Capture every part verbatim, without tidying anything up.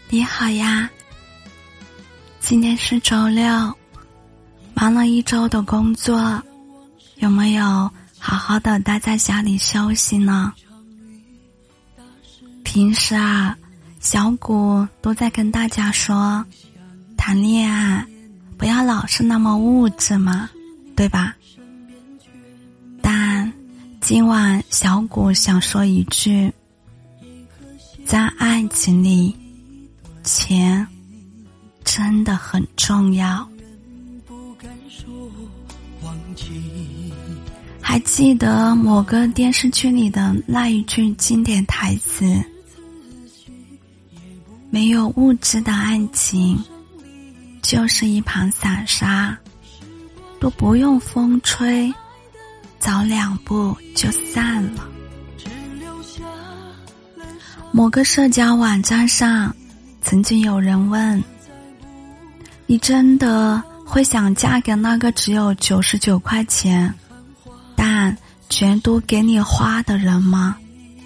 你好呀，今天是周六，忙了一周的工作，有没有好好的待在家里休息呢？平时啊，小谷都在跟大家说，谈恋爱不要老是那么物质嘛，对吧？但今晚小谷想说一句，在爱情里，钱真的很重要。还记得某个电视剧里的那一句经典台词，没有物质的爱情就是一盘散沙，都不用风吹，早两步就散了。某个社交网站上曾经有人问，你真的会想嫁给那个只有九十九块钱但全都给你花的人吗？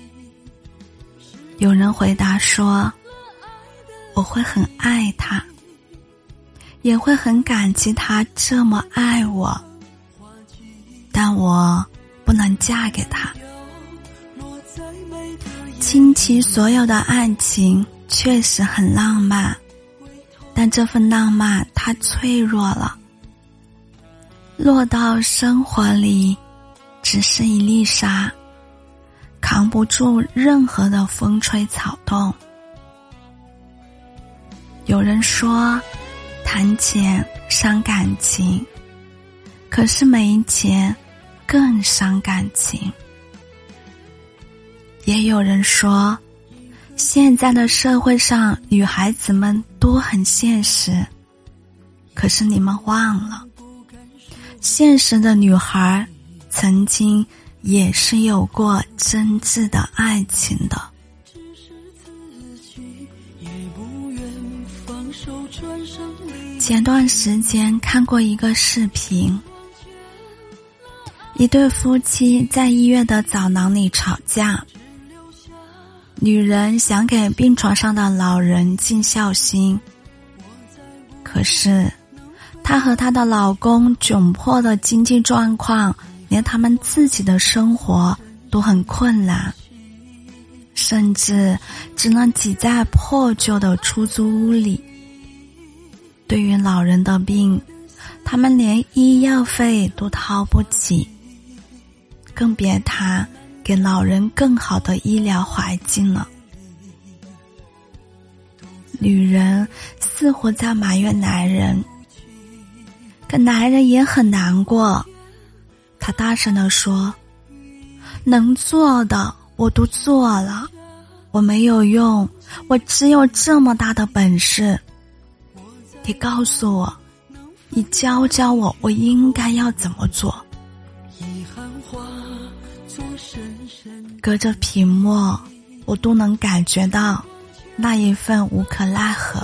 有人回答说，我会很爱他，也会很感激他这么爱我，但我不能嫁给他。倾其所有的爱情确实很浪漫，但这份浪漫太脆弱了，落到生活里只是一粒沙，扛不住任何的风吹草动。有人说谈钱伤感情，可是没钱更伤感情。也有人说，现在的社会上女孩子们都很现实，可是你们忘了，现实的女孩曾经也是有过真挚的爱情的。前段时间看过一个视频，一对夫妻在医院的走廊里吵架，女人想给病床上的老人尽孝心，可是她和她的老公窘迫的经济状况，连他们自己的生活都很困难，甚至只能挤在破旧的出租屋里。对于老人的病，他们连医药费都掏不起，更别谈给老人更好的医疗环境了。女人似乎在埋怨男人，可男人也很难过。他大声地说，能做的我都做了，我没有用，我只有这么大的本事，你告诉我，你教教我，我应该要怎么做。隔着屏幕，我都能感觉到那一份无可奈何。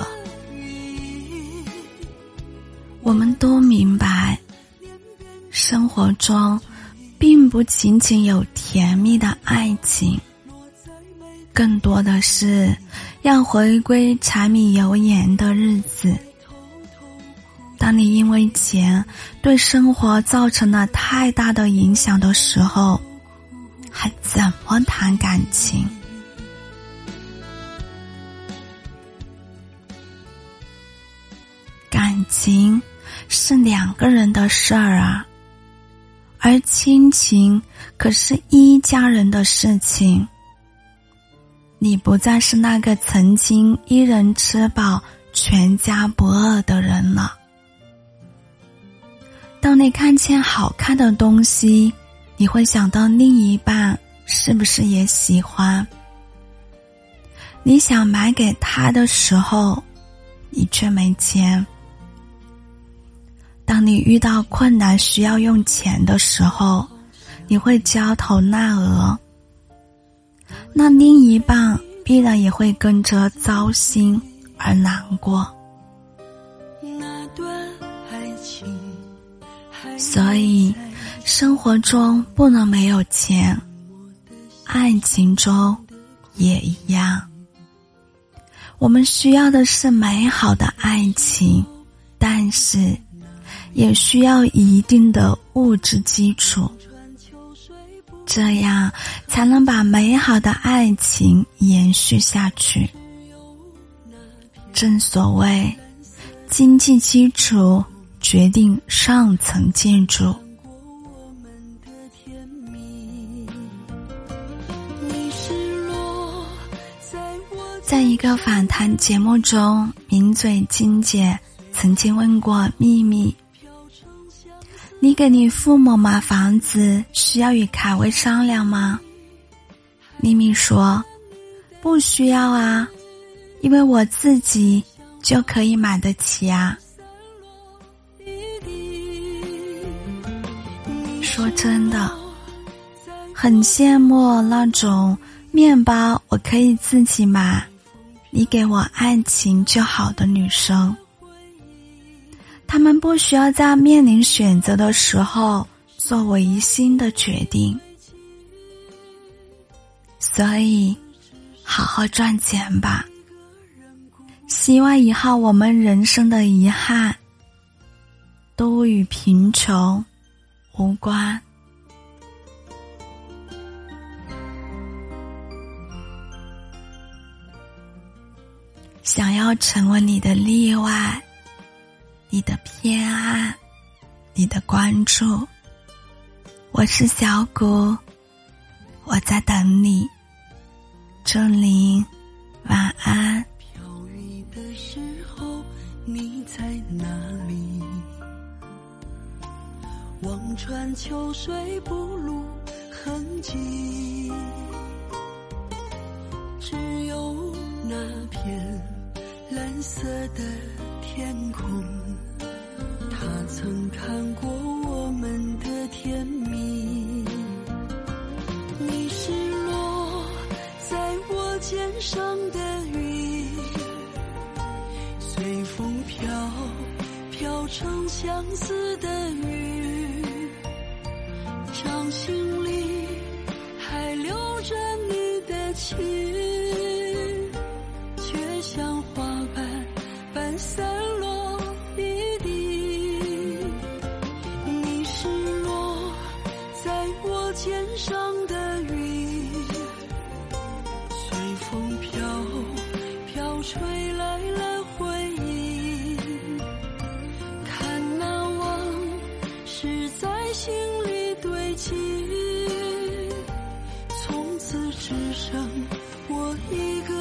我们都明白，生活中并不仅仅有甜蜜的爱情，更多的是要回归柴米油盐的日子。当你因为钱对生活造成了太大的影响的时候，还怎么谈感情？感情是两个人的事儿啊，而亲情可是一家人的事情。你不再是那个曾经一人吃饱全家不饿的人了。当你看见好看的东西，你会想到另一半是不是也喜欢？你想买给他的时候，你却没钱。当你遇到困难需要用钱的时候，你会焦头烂额，那另一半必然也会跟着糟心而难过。所以生活中不能没有钱，爱情中也一样。 我们需要的是美好的爱情，但是也需要一定的物质基础，这样才能把美好的爱情延续下去。正所谓，经济基础决定上层建筑。在一个访谈节目中，名嘴金姐曾经问过秘密，你给你父母买房子需要与凯威商量吗？秘密说，不需要啊，因为我自己就可以买得起啊。说真的，很羡慕那种面包我可以自己买，你给我爱情就好的女生。她们不需要在面临选择的时候做违心的决定。所以好好赚钱吧，希望以后我们人生的遗憾都与贫穷无关。想要成为你的例外，你的偏爱，你的关注，我是小谷，我在等你。祝您晚安。 飘雨的时候你在哪里？望穿秋水不露痕迹，只有那片蓝色的天空，他曾看过我们的甜蜜。你是落在我肩上的雨，随风飘，飘成相思的雨，掌心里还留着你的情，却像花瓣般散落一地。你是落在我肩上的云，随风飘，飘吹来了回忆。看那往事在心里堆积，从此只剩我一个